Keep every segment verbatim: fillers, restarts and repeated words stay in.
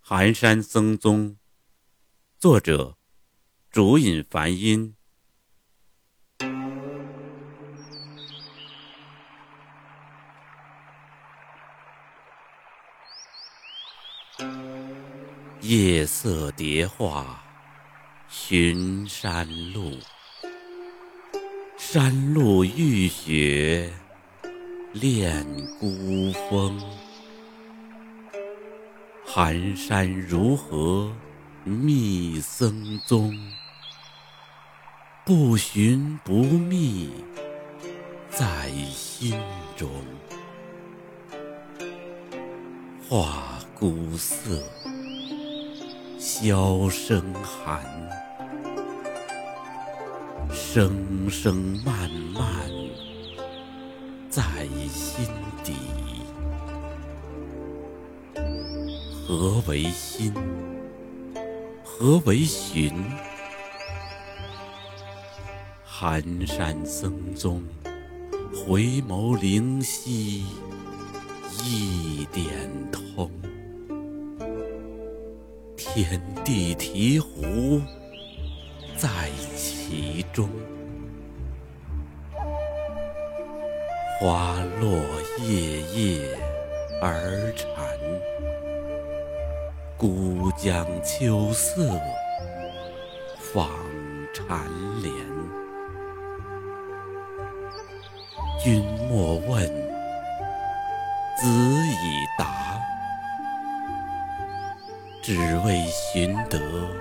寒山僧踪，作者竹影梵音。夜色叠画寻山路，山路遇雪恋孤峰。寒山如何觅僧踪？不寻不觅在心中。画孤色，箫声寒，声声慢慢在心底。何为心？何为寻？寒山僧踪，回眸灵犀一点通。天地醍醐在其中，花落叶叶而蝉，孤江秋色访蝉联。君莫问，子已答，只为寻得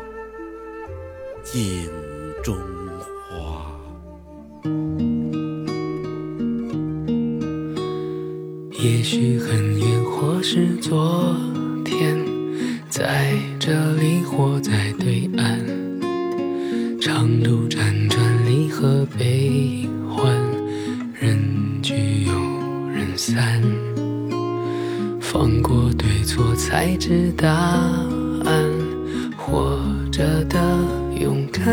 镜中花。 也许很远，或是昨天，在这里或在对岸，长路辗转，离合悲欢，人聚又人散，放过对错才知答案，活着的勇敢，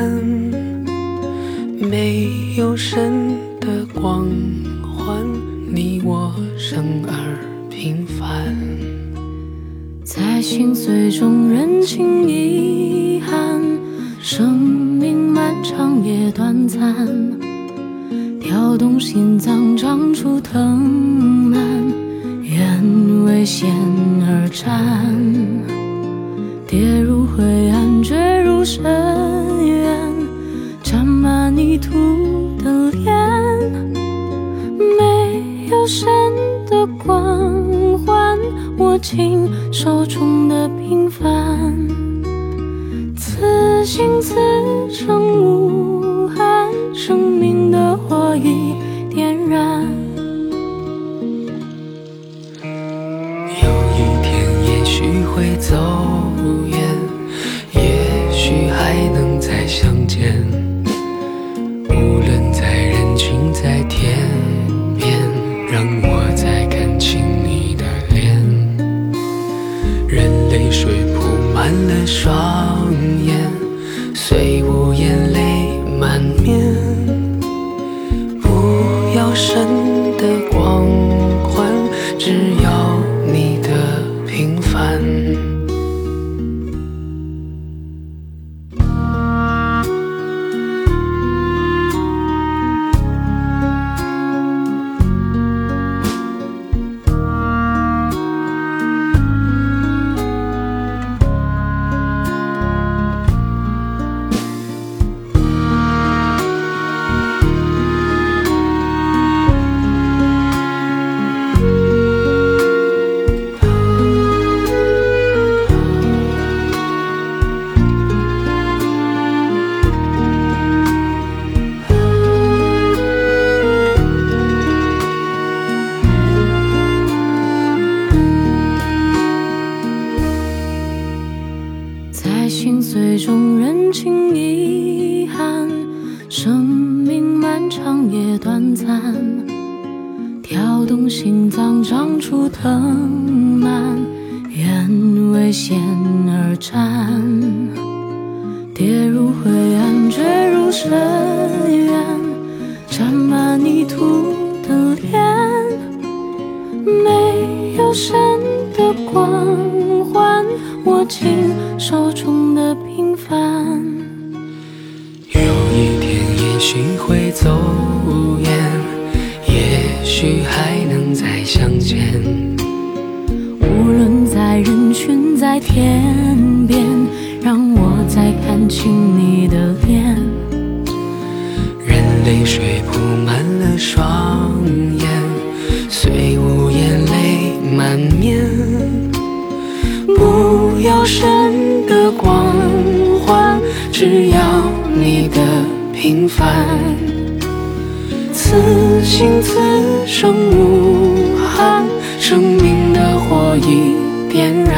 没有神的光环，你我生而平凡。 在心碎中认清遗憾，生命漫长也短暂，跳动心脏长出藤蔓，愿为险而战，跌入灰暗坠入深渊，沾满泥土的脸，没有神的光环，握紧手中的平凡，此心此生无憾，生命的火已点燃。 有一天也许会走远，也许还能再相见，无论在人群在天边，让我再看清你的脸。任泪水铺满了双眼，虽无眼泪满面，不要神的光环，只要你的平凡。 在心碎中认清遗憾，生命漫长也短暂，跳动心脏长出藤蔓，愿为险而战，跌入灰暗坠入深渊，沾满泥土的脸，没有神的光环，我尽手中的平凡。 有一天也许会走远，也许还能再相见。 无论在人群在天边，让我再看清你的脸。 任泪水铺满了双眼，虽无言泪满面。不要神的光环，只要你的平凡。此心此生无憾，生命的火已点燃。